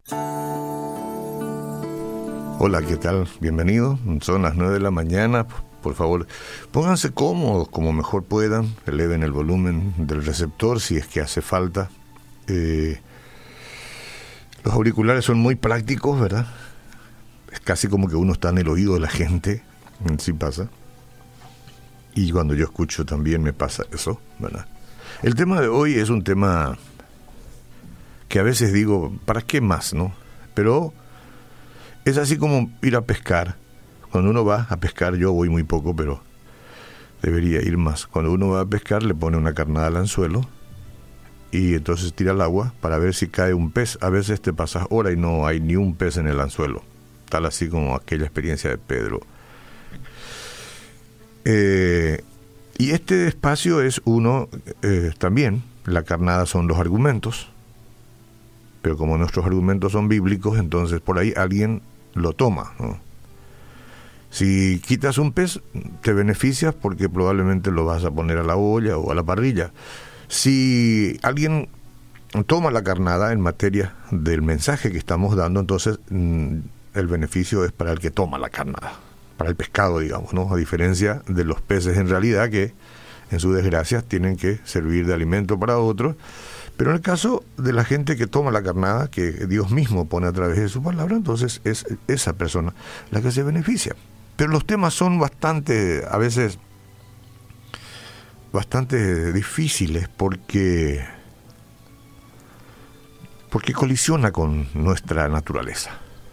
Hola, ¿qué tal? Bienvenido. Son las 9 de la mañana. Por favor, pónganse cómodos como mejor puedan. Eleven el volumen del receptor si es que hace falta. Los auriculares son muy prácticos, ¿verdad? Es casi como que uno está en el oído de la gente. Sí pasa. Y cuando yo escucho también me pasa eso, ¿verdad? El tema de hoy es un tema que a veces digo, ¿para qué más, no? Pero es así como ir a pescar. Cuando uno va a pescar, yo voy muy poco, pero debería ir más. Cuando uno va a pescar, le pone una carnada al anzuelo y entonces tira al agua para ver si cae un pez. A veces te pasas hora y no hay ni un pez en el anzuelo. Tal así como aquella experiencia de Pedro. Y este espacio es uno, también, la carnada son los argumentos, pero como nuestros argumentos son bíblicos, entonces por ahí alguien lo toma, ¿no? Si quitas un pez, te beneficias porque probablemente lo vas a poner a la olla o a la parrilla. Si alguien toma la carnada en materia del mensaje que estamos dando, entonces el beneficio es para el que toma la carnada, para el pescado, digamos, ¿no? A diferencia de los peces en realidad que en su desgracia tienen que servir de alimento para otros. Pero en el caso de la gente que toma la carnada, que Dios mismo pone a través de su palabra, entonces es esa persona la que se beneficia. Pero los temas son a veces bastante difíciles porque colisiona con nuestra naturaleza.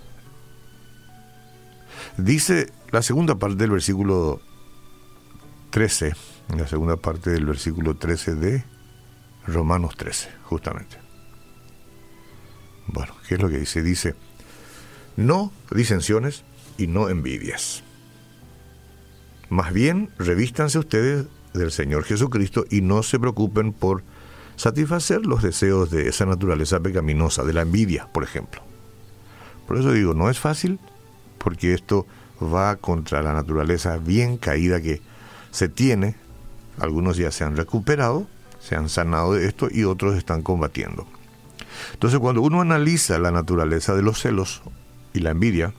Dice la segunda parte del versículo 13, la segunda parte del versículo 13 de Romanos 13, justamente. Bueno, ¿qué es lo que dice? Dice, no disensiones y no envidias. Más bien, revístanse ustedes del Señor Jesucristo y no se preocupen por satisfacer los deseos de esa naturaleza pecaminosa, de la envidia, por ejemplo. Por eso digo, no es fácil, porque esto va contra la naturaleza bien caída que se tiene. Algunos ya se han recuperado, se han sanado de esto y otros están combatiendo. Entonces, cuando uno analiza la naturaleza de los celos y la envidia,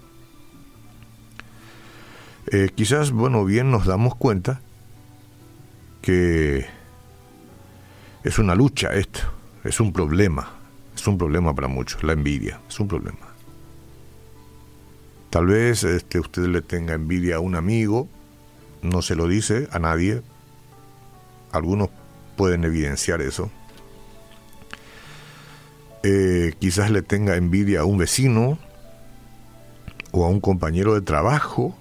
quizás, bien nos damos cuenta que es una lucha esto, es un problema para muchos, la envidia, es un problema. Tal vez usted le tenga envidia a un amigo, no se lo dice a nadie, algunos pueden evidenciar eso. Quizás le tenga envidia a un vecino o a un compañero de trabajo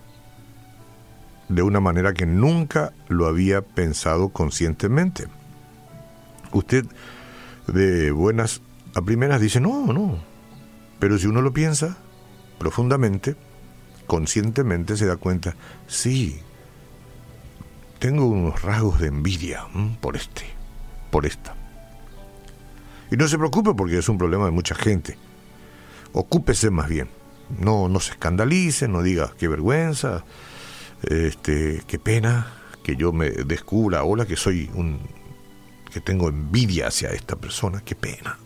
de una manera que nunca lo había pensado conscientemente. Usted de buenas a primeras dice no, pero si uno lo piensa profundamente, conscientemente se da cuenta, sí, tengo unos rasgos de envidia por esta. Y no se preocupe porque es un problema de mucha gente. Ocúpese más bien. No se escandalice, no diga qué vergüenza, qué pena que yo me descubra ahora que que tengo envidia hacia esta persona, qué pena.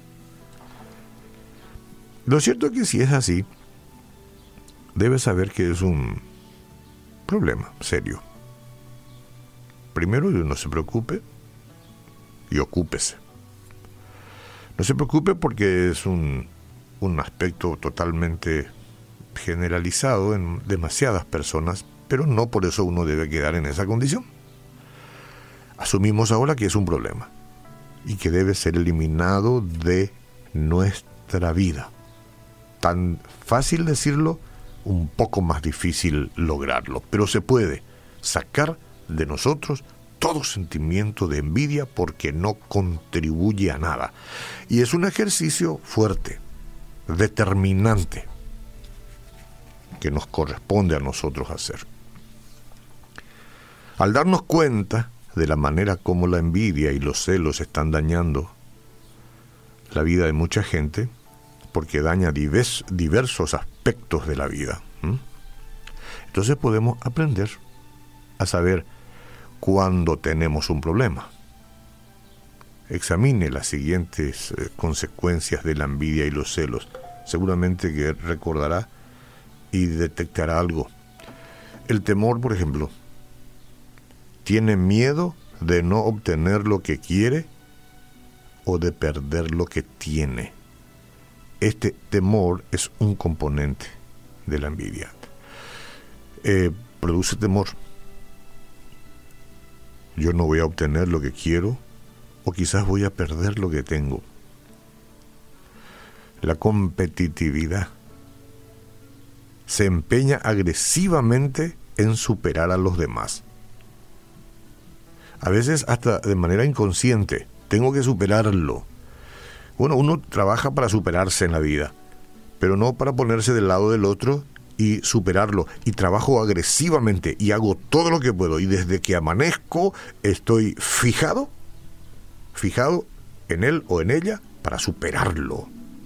Lo cierto es que si es así, debe saber que es un problema serio. Primero, no se preocupe y ocúpese. No se preocupe porque es un aspecto totalmente generalizado en demasiadas personas, pero no por eso uno debe quedar en esa condición. Asumimos ahora que es un problema y que debe ser eliminado de nuestra vida. Tan fácil decirlo, un poco más difícil lograrlo, pero se puede sacar de nosotros todo sentimiento de envidia porque no contribuye a nada. Y es un ejercicio fuerte, determinante, que nos corresponde a nosotros hacer. Al darnos cuenta de la manera como la envidia y los celos están dañando la vida de mucha gente, porque daña diversos aspectos de la vida, entonces podemos aprender a saber cuando tenemos un problema. examine las siguientes consecuencias de la envidia y los celos. Seguramente que recordará y detectará algo. El temor, por ejemplo, tiene miedo de no obtener lo que quiere o de perder lo que tiene. Este temor es un componente de la envidia. Produce temor. Yo no voy a obtener lo que quiero, o quizás voy a perder lo que tengo. La competitividad se empeña agresivamente en superar a los demás. A veces hasta de manera inconsciente. Tengo que superarlo. Bueno, uno trabaja para superarse en la vida, pero no para ponerse del lado del otro y superarlo. Y trabajo agresivamente y hago todo lo que puedo. Y desde que amanezco estoy fijado en él o en ella para superarlo.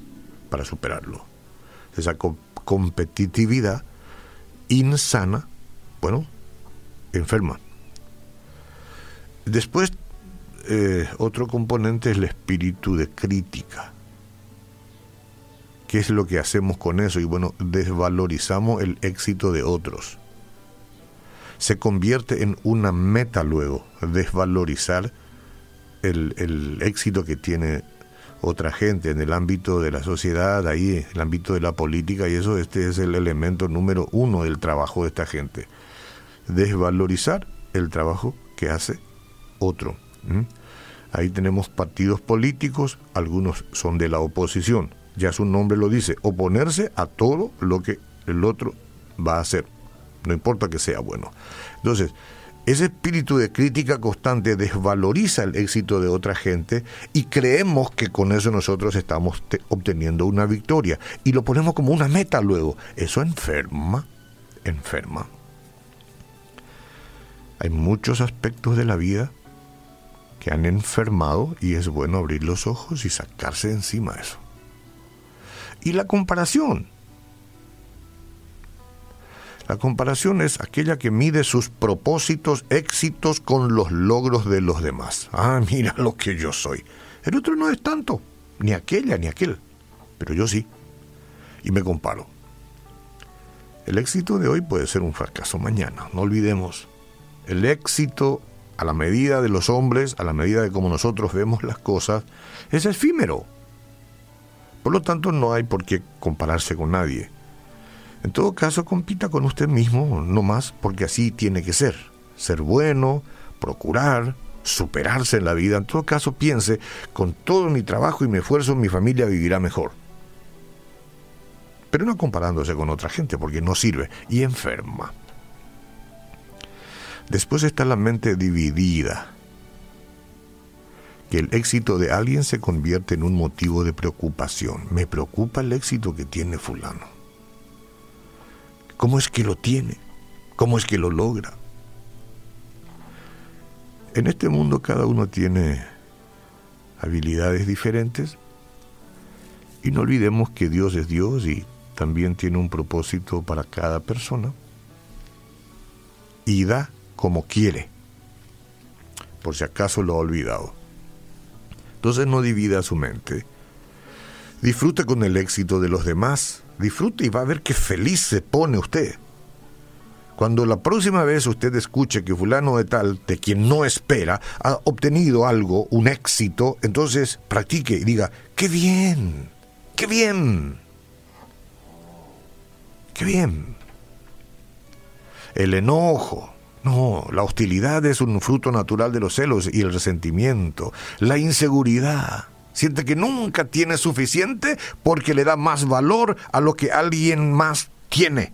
Esa competitividad insana, bueno, enferma. Después, otro componente es el espíritu de crítica. ¿Qué es lo que hacemos con eso? Y bueno, desvalorizamos el éxito de otros. Se convierte en una meta luego, desvalorizar el éxito que tiene otra gente en el ámbito de la sociedad, ahí en el ámbito de la política, y eso este es el elemento número 1 del trabajo de esta gente. Desvalorizar el trabajo que hace otro. Ahí tenemos partidos políticos, algunos son de la oposición, ya su nombre lo dice, oponerse a todo lo que el otro va a hacer, no importa que sea bueno. Entonces, ese espíritu de crítica constante desvaloriza el éxito de otra gente y creemos que con eso nosotros estamos obteniendo una victoria y lo ponemos como una meta luego. Eso enferma. Hay muchos aspectos de la vida que han enfermado y es bueno abrir los ojos y sacarse de encima eso. Y la comparación. La comparación es aquella que mide sus propósitos, éxitos con los logros de los demás. Ah, mira lo que yo soy. El otro no es tanto, ni aquella ni aquel, pero yo sí. Y me comparo. El éxito de hoy puede ser un fracaso mañana, no olvidemos. El éxito, a la medida de los hombres, a la medida de cómo nosotros vemos las cosas, es efímero. Por lo tanto, no hay por qué compararse con nadie. En todo caso, compita con usted mismo, no más, porque así tiene que ser. Ser bueno, procurar, superarse en la vida. En todo caso, piense, con todo mi trabajo y mi esfuerzo, mi familia vivirá mejor. Pero no comparándose con otra gente, porque no sirve y enferma. Después está la mente dividida. Que el éxito de alguien se convierte en un motivo de preocupación. Me preocupa el éxito que tiene fulano. ¿Cómo es que lo tiene? ¿Cómo es que lo logra? En este mundo cada uno tiene habilidades diferentes y no olvidemos que Dios es Dios y también tiene un propósito para cada persona y da como quiere, por si acaso lo ha olvidado. Entonces no divida su mente. Disfrute con el éxito de los demás. Disfrute y va a ver qué feliz se pone usted. Cuando la próxima vez usted escuche que fulano de tal, de quien no espera, ha obtenido algo, un éxito, entonces practique y diga, ¡qué bien! ¡Qué bien! ¡Qué bien! El enojo. No, la hostilidad es un fruto natural de los celos y el resentimiento. La inseguridad. Siente que nunca tiene suficiente porque le da más valor a lo que alguien más tiene.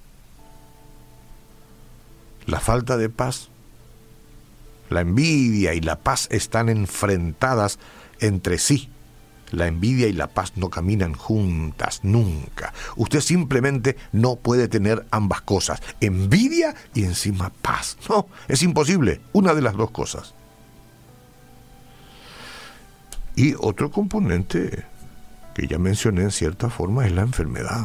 La falta de paz. La envidia y la paz están enfrentadas entre sí. La envidia y la paz no caminan juntas nunca. Usted simplemente no puede tener ambas cosas. Envidia y encima paz. No, es imposible. Una de las dos cosas. Y otro componente que ya mencioné en cierta forma es la enfermedad.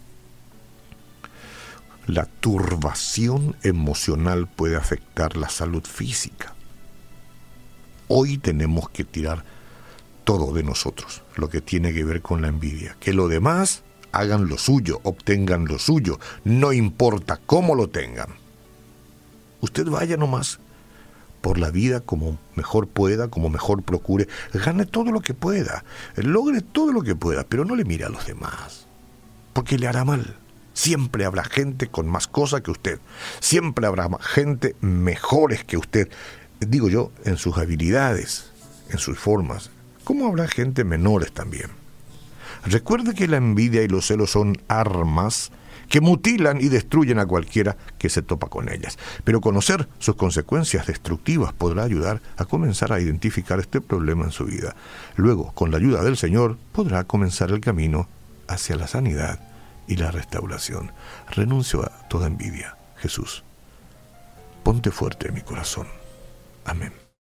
La turbación emocional puede afectar la salud física. Hoy tenemos que tirar todo de nosotros, lo que tiene que ver con la envidia. Que los demás hagan lo suyo, obtengan lo suyo, no importa cómo lo tengan. Usted vaya nomás por la vida como mejor pueda, como mejor procure, gane todo lo que pueda, logre todo lo que pueda, pero no le mire a los demás, porque le hará mal. Siempre habrá gente con más cosas que usted, siempre habrá gente mejores que usted, digo yo, en sus habilidades, en sus formas, como habrá gente menores también. Recuerde que la envidia y los celos son armas que mutilan y destruyen a cualquiera que se topa con ellas. Pero conocer sus consecuencias destructivas podrá ayudar a comenzar a identificar este problema en su vida. Luego, con la ayuda del Señor, podrá comenzar el camino hacia la sanidad y la restauración. Renuncio a toda envidia. Jesús, ponte fuerte en mi corazón. Amén.